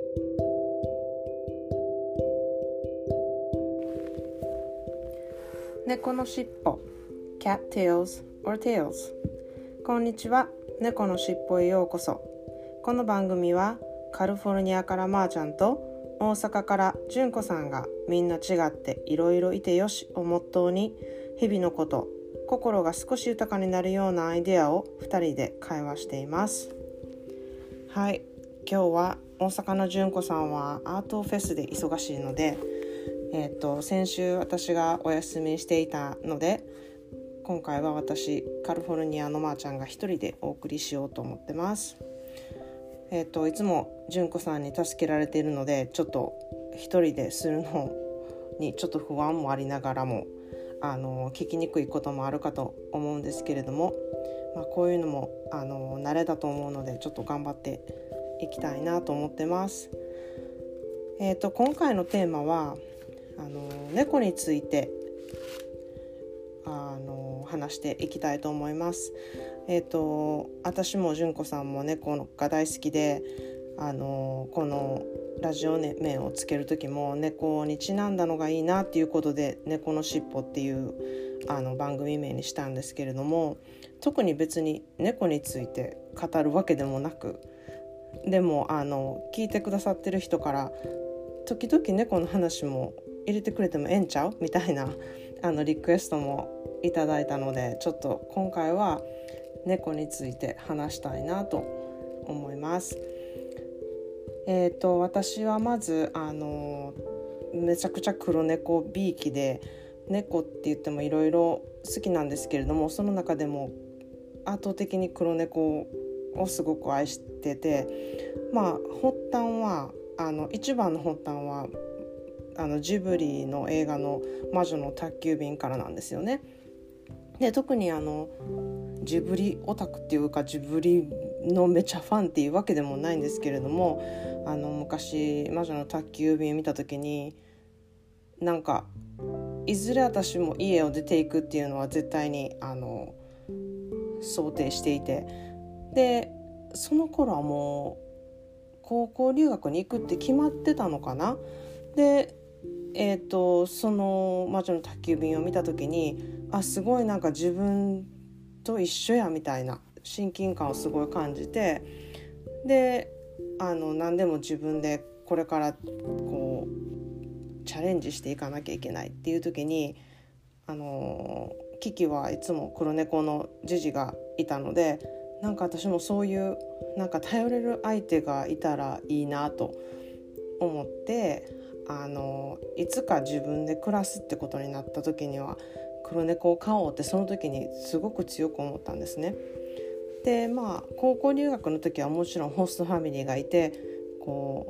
猫のしっぽ Cat Tails or Tails。 こんにちは。猫のしっぽへようこそ。この番組はカリフォルニアからまーちゃんと大阪からじゅんこさんがみんな違っていろいろいてよしをモットーに、日々のこと、心が少し豊かになるようなアイデアを2人で会話しています。はい、今日は大阪のじゅんこさんはアートフェスで忙しいので、先週私がお休みしていたので、今回は私カリフォルニアのまーちゃんが一人でお送りしようと思ってます。いつもじゅんこさんに助けられているので、ちょっと一人でするのにちょっと不安もありながらも聞きにくいこともあるかと思うんですけれども、こういうのも慣れだと思うので、ちょっと頑張っていきたいなと思ってます。今回のテーマは猫について話していきたいと思います。私も純子さんも猫が大好きで、このラジオ名をつける時も猫にちなんだのがいいなっていうことで、猫のしっぽっていう番組名にしたんですけれども、特に別に猫について語るわけでもなく、でも聞いてくださってる人から時々猫の話も入れてくれてもええんちゃうみたいなリクエストもいただいたので、ちょっと今回は猫について話したいなと思います。私はまずめちゃくちゃ黒猫びいきで、猫って言ってもいろいろ好きなんですけれども、その中でも圧倒的に黒猫をすごく愛してて、発端は一番の発端はジブリの映画の魔女の宅急便からなんですよね。で、特にジブリオタクっていうか、ジブリのめちゃファンっていうわけでもないんですけれども、昔魔女の宅急便見た時に、なんかいずれ私も家を出ていくっていうのは絶対に想定していて、でその頃はもう高校留学に行くって決まってたのかな。でその魔女の宅急便を見た時に、すごいなんか自分と一緒やみたいな親近感をすごい感じて、で何でも自分でこれからこうチャレンジしていかなきゃいけないっていう時に、キキはいつも黒猫のジジがいたので、なんか私もそういうなんか頼れる相手がいたらいいなと思って、いつか自分で暮らすってことになった時には黒猫を飼おうってその時にすごく強く思ったんですね。で高校留学の時はもちろんホストファミリーがいて、こ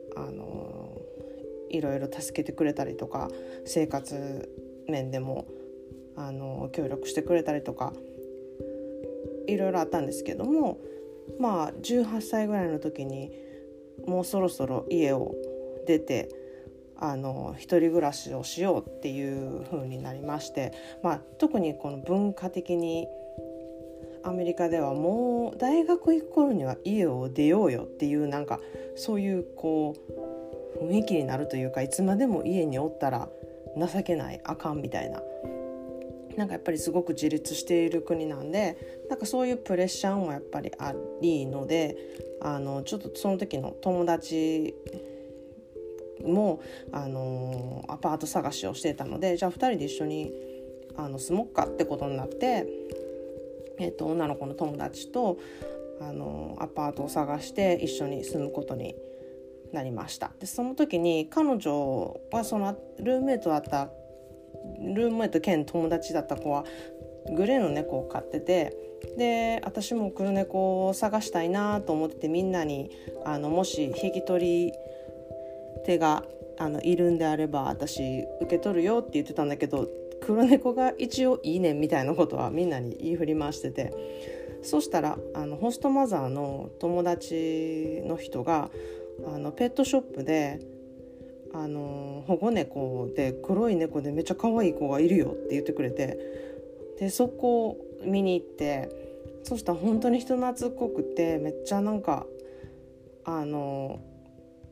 ういろいろ助けてくれたりとか、生活面でも協力してくれたりとかいろいろあったんですけども、18歳ぐらいの時にもうそろそろ家を出て一人暮らしをしようっていう風になりまして、特にこの文化的にアメリカではもう大学行く頃には家を出ようよっていう、なんかそういうこう雰囲気になるというか、いつまでも家におったら情けない、あかんみたいな、なんかやっぱりすごく自立している国なんで、なんかそういうプレッシャーもやっぱりありので、ちょっとその時の友達もアパート探しをしていたので、じゃあ2人で一緒に住もうかってことになって、女の子の友達とアパートを探して一緒に住むことになりました。でその時に彼女はそのルームメイト兼友達だった子はグレーの猫を飼ってて、で私も黒猫を探したいなと思ってて、みんなにもし引き取り手がいるんであれば私受け取るよって言ってたんだけど、黒猫が一応いいねみたいなことはみんなに言い振り回してて、そしたらホストマザーの友達の人がペットショップで保護猫で黒い猫でめっちゃ可愛い子がいるよって言ってくれて、でそこを見に行って、そしたら本当に人懐っこくて、めっちゃなんか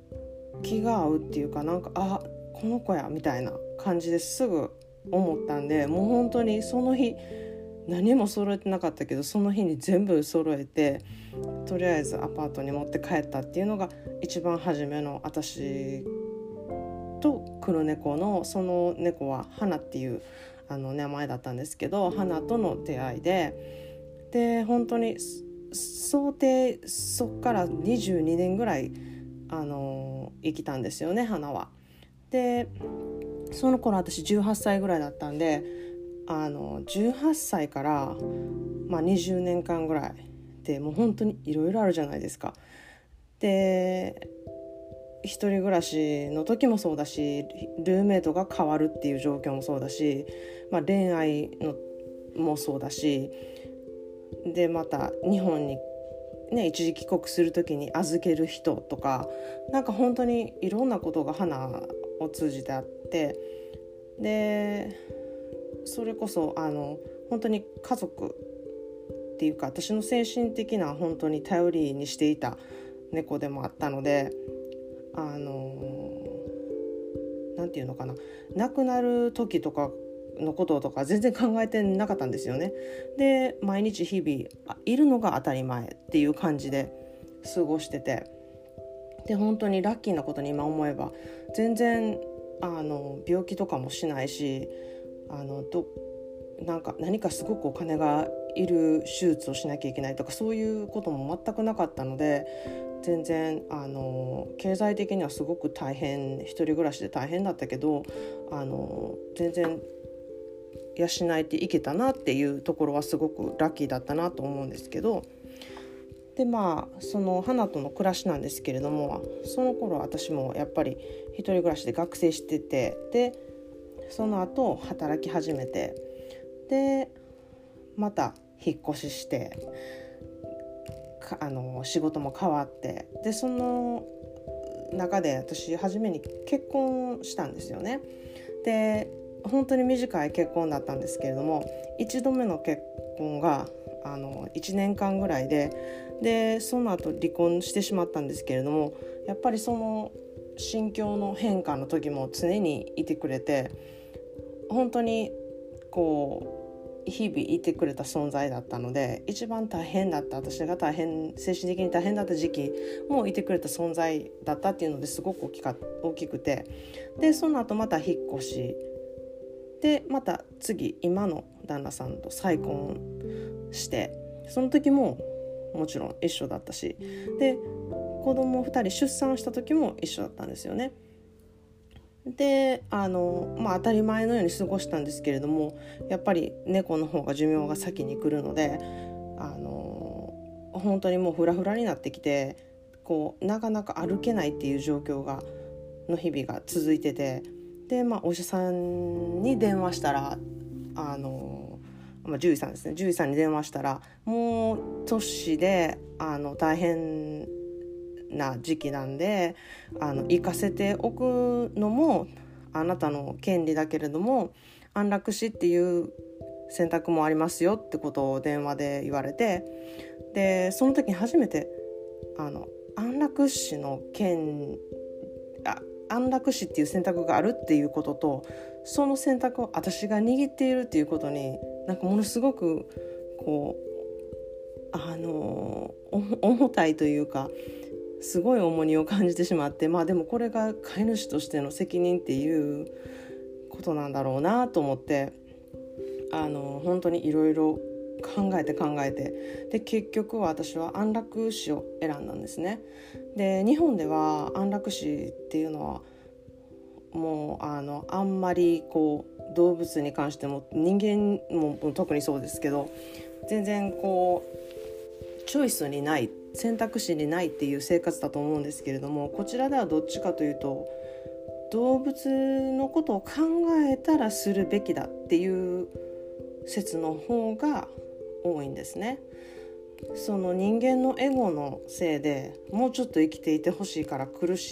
気が合うっていうか、なんかこの子やみたいな感じですぐ思ったんで、もう本当にその日何も揃えてなかったけど、その日に全部揃えてとりあえずアパートに持って帰ったっていうのが一番初めの私と黒猫の、その猫は花っていう名前だったんですけど、花との出会いで本当に想定そっから22年ぐらい生きたんですよね、花は。でその頃私18歳ぐらいだったんで、18歳から、20年間ぐらいでもう本当にいろいろあるじゃないですか。で一人暮らしの時もそうだし、ルームメイトが変わるっていう状況もそうだし、恋愛のもそうだし、でまた日本にね一時帰国する時に預ける人とか、なんか本当にいろんなことが花を通じてあって、でそれこそ本当に家族っていうか、私の精神的な本当に頼りにしていた猫でもあったので、なんていうのかな、亡くなる時とかのこととか全然考えてなかったんですよね。で毎日日々いるのが当たり前っていう感じで過ごしてて、で本当にラッキーなことに今思えば全然病気とかもしないし、なんか何かすごくお金がいる手術をしなきゃいけないとか、そういうことも全くなかったので、全然経済的にはすごく大変、一人暮らしで大変だったけど全然養えていけたなっていうところはすごくラッキーだったなと思うんですけど、でその花との暮らしなんですけれども、その頃私もやっぱり一人暮らしで学生してて、でその後働き始めて、でまた引っ越しして仕事も変わって、でその中で私初めに結婚したんですよね。で本当に短い結婚だったんですけれども、1度目の結婚が1年間ぐらいでその後離婚してしまったんですけれども、やっぱりその心境の変化の時も常にいてくれて、本当にこう日々いてくれた存在だったので、一番大変だった、私が精神的に大変だった時期もいてくれた存在だったっていうのですごく大きくて、でその後また引っ越しで、また次今の旦那さんと再婚して、その時ももちろん一緒だったし、で子供2人出産した時も一緒だったんですよね。で当たり前のように過ごしたんですけれども、やっぱり猫の方が寿命が先に来るので本当にもうフラフラになってきて、なかなか歩けないっていう状況の日々が続いてて、でお医者さんに電話したら獣医さんですね、獣医さんに電話したら、もう年で大変な時期なんで行かせておくのもあなたの権利だけれども、安楽死っていう選択もありますよってことを電話で言われて、でその時に初めて安楽死っていう選択があるっていうことと、その選択を私が握っているっていうことに、なんかものすごく重たいというか、すごい重荷を感じてしまって、でもこれが飼い主としての責任っていうことなんだろうなと思って、本当にいろいろ考えてで結局は私は安楽死を選んだんですね。で日本では安楽死っていうのはもうあんまり動物に関しても人間も特にそうですけど、全然チョイスにない、選択肢にないっていう生活だと思うんですけれども、こちらではどっちかというと動物のことを考えたらするべきだっていう説の方が多いんですね。その人間のエゴのせいでもうちょっと生きていてほしいから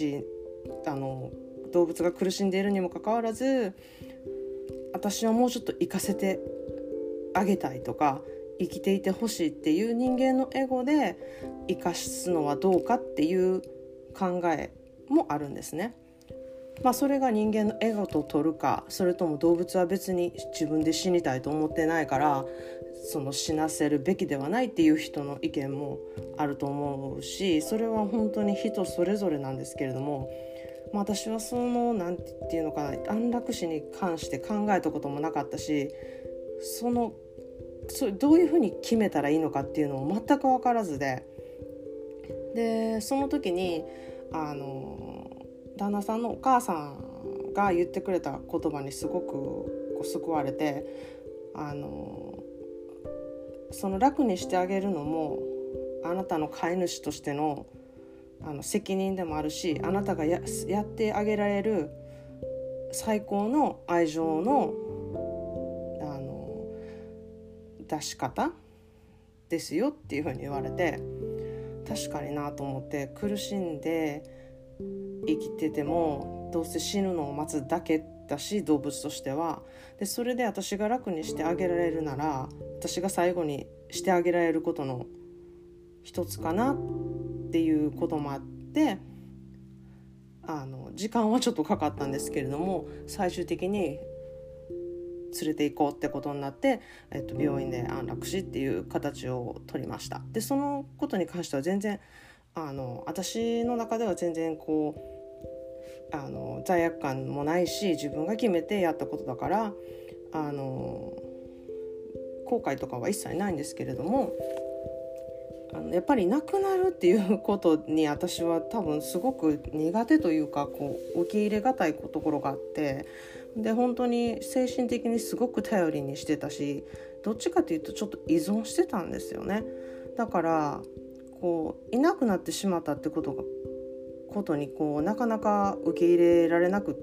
動物が苦しんでいるにもかかわらず、私はもうちょっと生かせてあげたいとか生きていてほしいっていう人間のエゴで生かすのはどうかっていう考えもあるんですね。それが人間のエゴと取るか、それとも動物は別に自分で死にたいと思ってないからその死なせるべきではないっていう人の意見もあると思うし、それは本当に人それぞれなんですけれども、私はそのなんていうのかな、安楽死に関して考えたこともなかったし、どういうふうに決めたらいいのかっていうのも全く分からずで、その時に旦那さんのお母さんが言ってくれた言葉にすごく救われて、その楽にしてあげるのもあなたの飼い主としての責任でもあるし、あなたが やってあげられる最高の愛情の出し方ですよっていうふうに言われて、確かになと思って、苦しんで生きててもどうせ死ぬのを待つだけだし、動物としては。でそれで私が楽にしてあげられるなら、私が最後にしてあげられることの一つかなっていうこともあって、時間はちょっとかかったんですけれども、最終的に連れて行こうってことになって、病院で安楽死っていう形を取りました。でそのことに関しては全然私の中では全然罪悪感もないし、自分が決めてやったことだから後悔とかは一切ないんですけれども、やっぱり亡くなるっていうことに私は多分すごく苦手というか、受け入れがたいところがあって、で本当に精神的にすごく頼りにしてたし、どっちかというとちょっと依存してたんですよね。だからいなくなってしまったってことになかなか受け入れられなくって、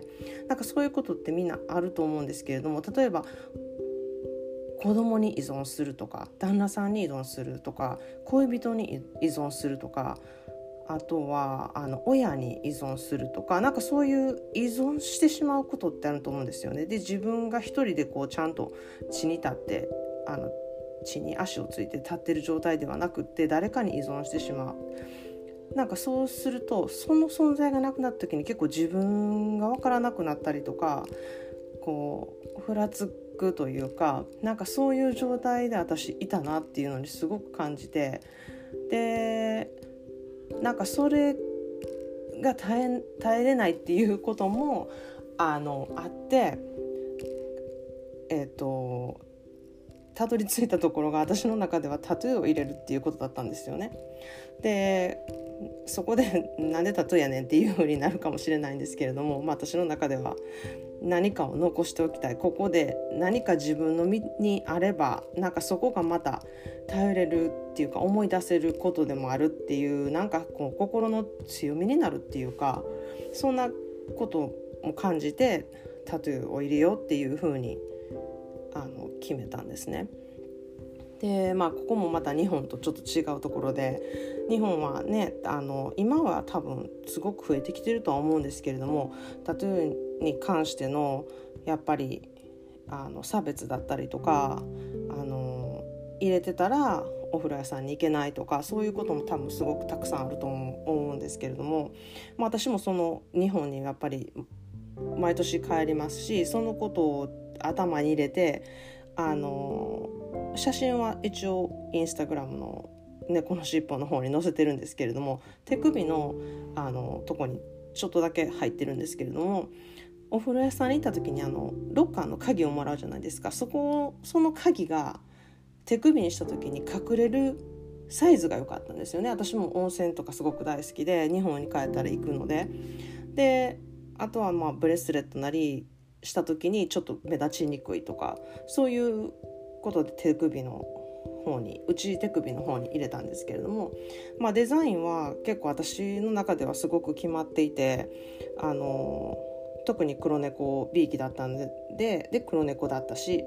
そういうことってみんなあると思うんですけれども、例えば子供に依存するとか、旦那さんに依存するとか、恋人に依存するとか、あとは親に依存するとか、そういう依存してしまうことってあると思うんですよね。で自分が一人でちゃんと地に立って地に足をついて立ってる状態ではなくって、誰かに依存してしまう。そうするとその存在がなくなった時に結構自分が分からなくなったりとか、ふらつくというか、そういう状態で私いたなっていうのにすごく感じて、でそれが耐えれないっていうこともあって、たどり着いたところが、私の中ではタトゥーを入れるっていうことだったんですよね。でそこでなんでタトゥーやねんっていう風になるかもしれないんですけれども、私の中では何かを残しておきたい、ここで何か自分の身にあればそこがまた頼れるっていうか、思い出せることでもあるっていう、心の強みになるっていうか、そんなことも感じてタトゥーを入れようっていう風に決めたんですね。でここもまた日本とちょっと違うところで、日本はね今は多分すごく増えてきてるとは思うんですけれども、タトゥーに関してのやっぱり差別だったりとか、入れてたらお風呂屋さんに行けないとか、そういうことも多分すごくたくさんあると思うんですけれども、私もその日本にやっぱり毎年帰りますし、そのことを頭に入れて写真は一応インスタグラムの猫のしっぽの方に載せてるんですけれども、手首のとこにちょっとだけ入ってるんですけれども、お風呂屋さんに行った時にロッカーの鍵をもらうじゃないですか。その鍵が手首にした時に隠れるサイズが良かったんですよね。私も温泉とかすごく大好きで、日本に帰ったら行くので、あとはブレスレットなりした時にちょっと目立ちにくいとか、そういうことで手首の方に、内手首の方に入れたんですけれども、デザインは結構私の中ではすごく決まっていて、特に黒猫びいきだったんで黒猫だったし、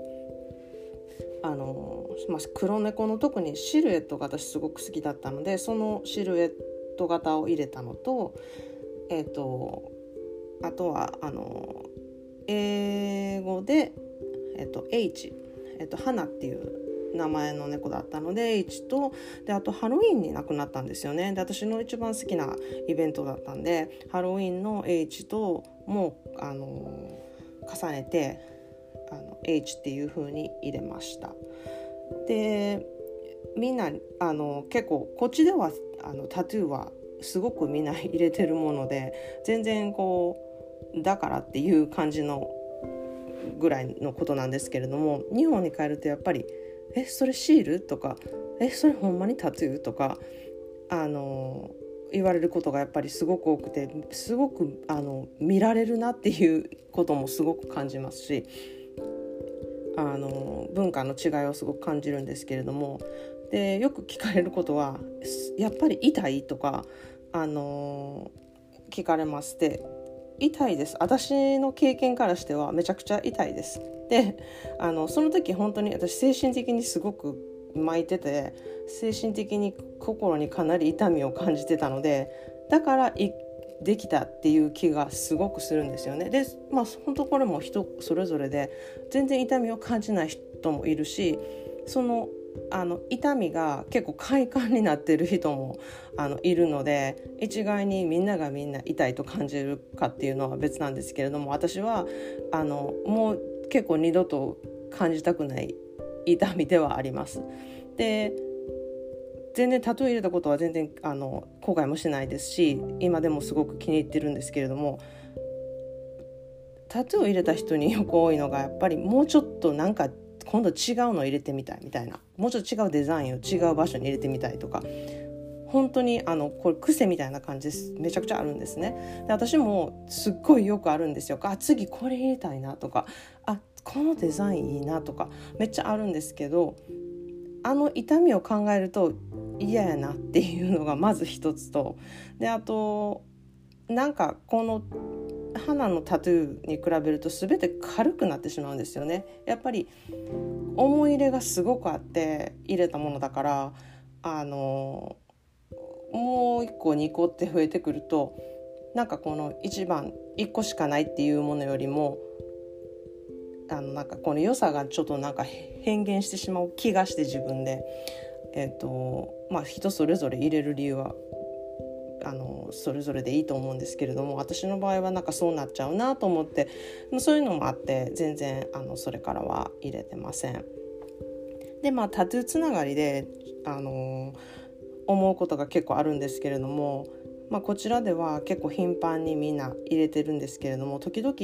黒猫の特にシルエットが私すごく好きだったので、そのシルエット型を入れたのと、あとは英語でH、花っていう名前の猫だったので H と、であとハロウィンに亡くなったんですよね。で私の一番好きなイベントだったんでハロウィンの H とも重ねてH っていう風に入れました。でみんな結構こっちではタトゥーはすごくみんな入れてるもので、全然こうだからっていう感じのぐらいのことなんですけれども、日本に帰るとやっぱりそれシールとかそれほんまにタトゥーとか言われることがやっぱりすごく多くて、すごく見られるなっていうこともすごく感じますし、文化の違いをすごく感じるんですけれども、でよく聞かれることはやっぱり痛いとか聞かれまして、痛いです。私の経験からしてはめちゃくちゃ痛いです。でその時本当に私精神的にすごく巻いてて、精神的に心にかなり痛みを感じてたので、だからできたっていう気がすごくするんですよね。で本当これも人それぞれで全然痛みを感じない人もいるし、その痛みが結構快感になってる人もいるので、一概にみんながみんな痛いと感じるかっていうのは別なんですけれども、私はもう結構二度と感じたくない痛みではあります。で全然タトゥー入れたことは全然後悔もしないですし、今でもすごく気に入ってるんですけれども、タトゥーを入れた人によく多いのがやっぱりもうちょっとなんか今度違うの入れてみたいみたいな、もうちょっと違うデザインを違う場所に入れてみたいとか、本当にこれ癖みたいな感じです。めちゃくちゃあるんですね。で私もすっごいよくあるんですよ。次これ入れたいなとか、このデザインいいなとかめっちゃあるんですけど、痛みを考えると嫌やなっていうのがまず一つと、であとなんかこの花のタトゥーに比べると全て軽くなってしまうんですよね。やっぱり思い入れがすごくあって入れたものだから、もう1個2個って増えてくると、なんかこの1個しかないっていうものよりもなんかこの良さがちょっとなんか変幻してしまう気がして、自分で人それぞれ入れる理由はそれぞれでいいと思うんですけれども、私の場合はなんかそうなっちゃうなと思って、そういうのもあって全然それからは入れてません。でタトゥーつながりで思うことが結構あるんですけれども、こちらでは結構頻繁にみんな入れてるんですけれども、時々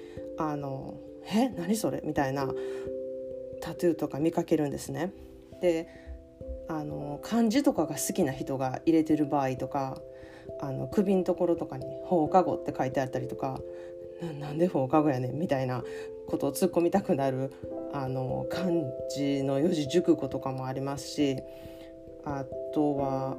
何それみたいなタトゥーとか見かけるんですね。で漢字とかが好きな人が入れてる場合とか、首のところとかに放課後って書いてあったりとか、なんで放課後やねんみたいなことを突っ込みたくなる漢字の四字熟語とかもありますし、あとは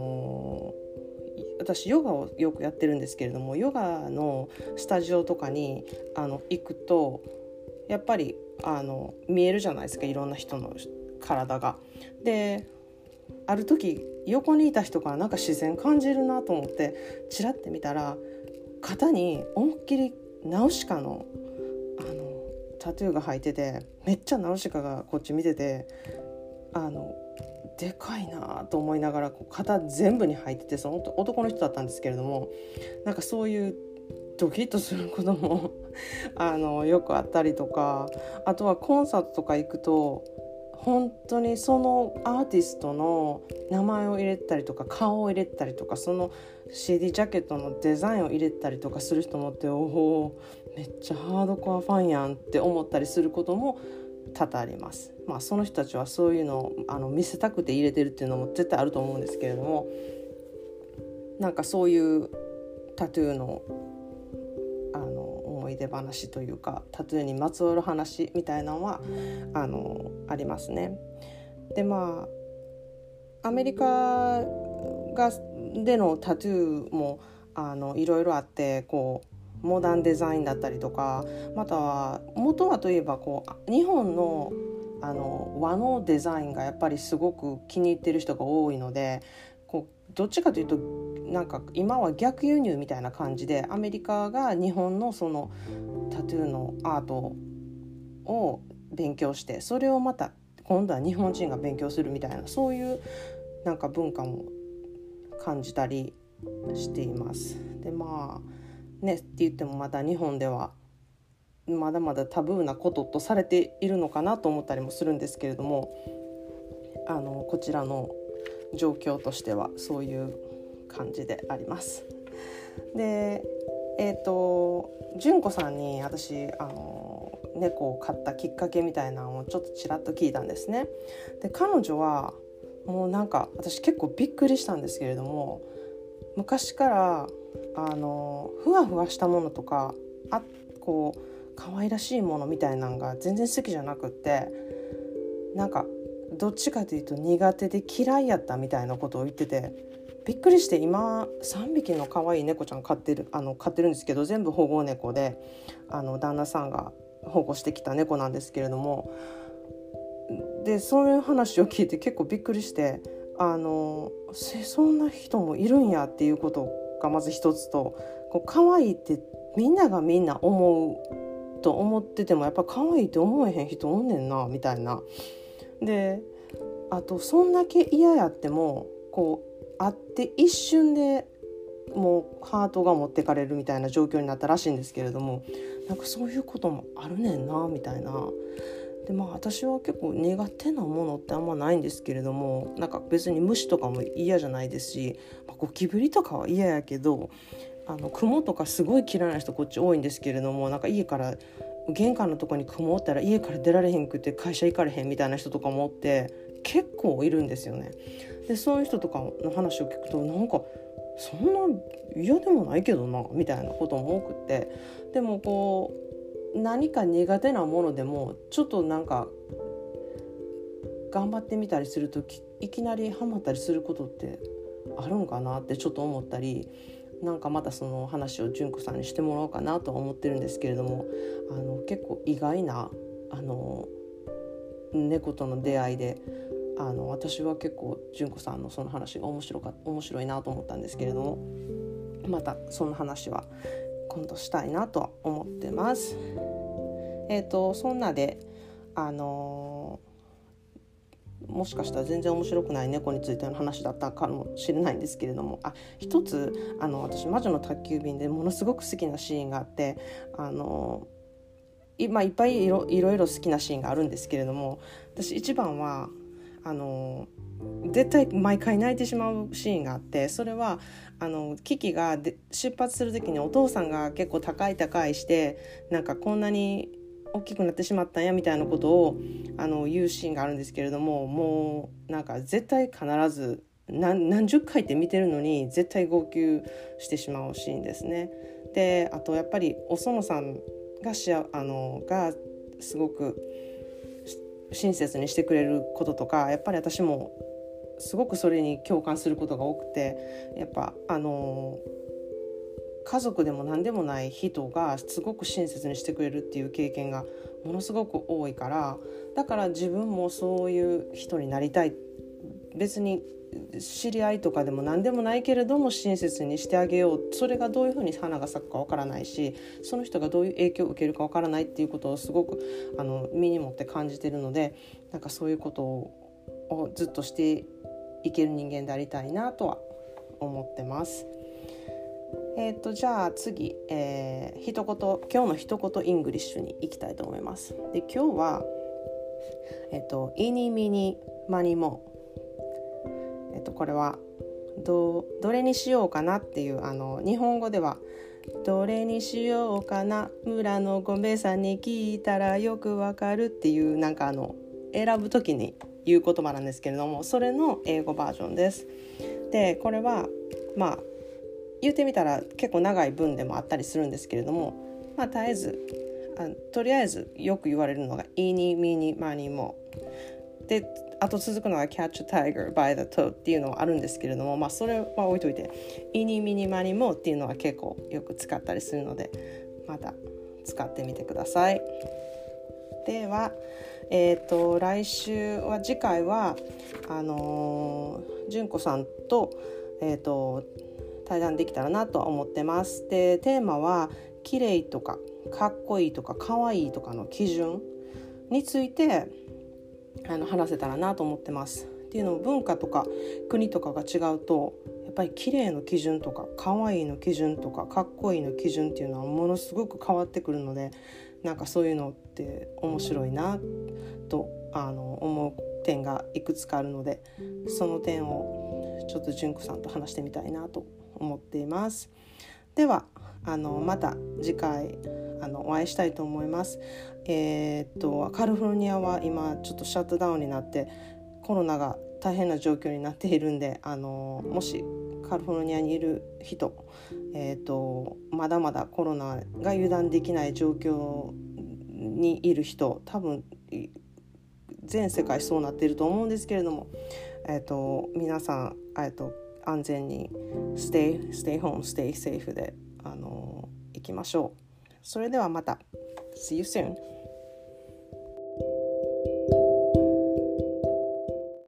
私ヨガをよくやってるんですけれども、ヨガのスタジオとかに行くとやっぱり見えるじゃないですか、いろんな人の体が。である時横にいた人からなんか自然感じるなと思ってチラッて見たら、肩に思いっきりナウシカのタトゥーが入ってて、めっちゃナウシカがこっち見ててでかいなと思いながら肩全部に入ってて、その男の人だったんですけれども、なんかそういうドキッとすることもよくあったりとか、あとはコンサートとか行くと本当にそのアーティストの名前を入れたりとか顔を入れたりとか、その CD ジャケットのデザインを入れたりとかする人もって、めっちゃハードコアファンやんって思ったりすることも多々あります。その人たちはそういうのを見せたくて入れてるっていうのも絶対あると思うんですけれども、なんかそういうタトゥーの思い出話というか、タトゥーにまつわる話みたいなのはありますね。でアメリカでのタトゥーもいろいろあって、モダンデザインだったりとか、または元はといえば日本の和のデザインがやっぱりすごく気に入ってる人が多いので、どっちかというとなんか今は逆輸入みたいな感じで、アメリカが日本のそのタトゥーのアートを勉強して、それをまた今度は日本人が勉強するみたいな、そういうなんか文化も感じたりしています。でまあねって言ってもまだ日本ではまだまだタブーなこととされているのかなと思ったりもするんですけれども、こちらの状況としてはそういう感じであります。で純子さんに私猫を飼ったきっかけみたいなのをちょっとちらっと聞いたんですね。で彼女はもうなんか私結構びっくりしたんですけれども、昔からふわふわしたものとかこう可愛らしいものみたいなのが全然好きじゃなくって、なんかどっちかというと苦手で嫌いやったみたいなことを言ってて、びっくりして、今3匹の可愛い猫ちゃん飼ってるんですけど、全部保護猫で旦那さんが保護してきた猫なんですけれども、でそういう話を聞いて結構びっくりして、そんな人もいるんやっていうことがまず一つと、こう可愛いってみんながみんな思うと思っててもやっぱ可愛いって思えへん人おんねんなみたいな。であとそんだけ嫌やってもこう会って一瞬でもうハートが持ってかれるみたいな状況になったらしいんですけれども、なんかそういうこともあるねんなみたいな。で私は結構苦手なものってあんまないんですけれども、なんか別に虫とかも嫌じゃないですし、ゴキブリとかは嫌やけど、クモとかすごい嫌いな人こっち多いんですけれども、なんか家から玄関のとこにクモおったら家から出られへんくて会社行かれへんみたいな人とかもおって結構いるんですよね。でそういう人とかの話を聞くと、なんかそんな嫌でもないけどなみたいなことも多くって、でもこう何か苦手なものでもちょっとなんか頑張ってみたりするといきなりハマったりすることってあるんかなってちょっと思ったり、なんかまたその話を純子さんにしてもらおうかなとは思ってるんですけれども、結構意外な猫との出会いで、私は結構純子さんのその話が面白いなと思ったんですけれども、またその話は今度したいなとは思ってます。そんなでもしかしたら全然面白くない猫についての話だったかもしれないんですけれども、一つ私魔女の宅急便でものすごく好きなシーンがあって、いっぱいいろいろ好きなシーンがあるんですけれども、私一番は絶対毎回泣いてしまうシーンがあって、それはキキが出発する時にお父さんが結構高いしてなんかこんなに大きくなってしまったんやみたいなことを言うシーンがあるんですけれども、もうなんか絶対必ず何十回って見てるのに絶対号泣してしまうシーンですね。であとやっぱりお園さんがすごく親切にしてくれることとか、やっぱり私もすごくそれに共感することが多くて、やっぱ家族でも何でもない人がすごく親切にしてくれるっていう経験がものすごく多いから、だから自分もそういう人になりたい。別に知り合いとかでも何でもないけれども親切にしてあげよう、それがどういうふうに花が咲くかわからないし、その人がどういう影響を受けるかわからないっていうことをすごく身に持って感じているので、なんかそういうことをずっとしていける人間でありたいなとは思ってます。じゃあ次、今日の一言イングリッシュに行きたいと思います。で今日はイニミニマニモ、これはどれにしようかなっていう日本語ではどれにしようかな、村のごめさんに聞いたらよくわかるっていうなんか選ぶときに言う言葉なんですけれども、それの英語バージョンです。でこれは言ってみたら結構長い文でもあったりするんですけれども、とりあえずよく言われるのがイニミニマニモで、あと続くのが Catch a Tiger by the toe っていうのはあるんですけれども、それは置いといて、イニミニマニモっていうのは結構よく使ったりするので、また使ってみてください。では、次回は純子さんと対談できたらなと思ってます。でテーマは綺麗とかかっこいいとかかわいいとかの基準について話せたらなと思ってます。っていうのも文化とか国とかが違うとやっぱり綺麗の基準とか可愛いの基準とかかっこいいの基準っていうのはものすごく変わってくるので、なんかそういうのって面白いなと思う点がいくつかあるので、その点をちょっと純子さんと話してみたいなと思っています。ではまた次回お会いしたいと思います。カリフォルニアは今ちょっとシャットダウンになってコロナが大変な状況になっているんで、もしカリフォルニアにいる人、まだまだコロナが油断できない状況にいる人、多分全世界そうなっていると思うんですけれども、皆さん安全にstay home, stay safe で行きましょう。それではまた See you soon.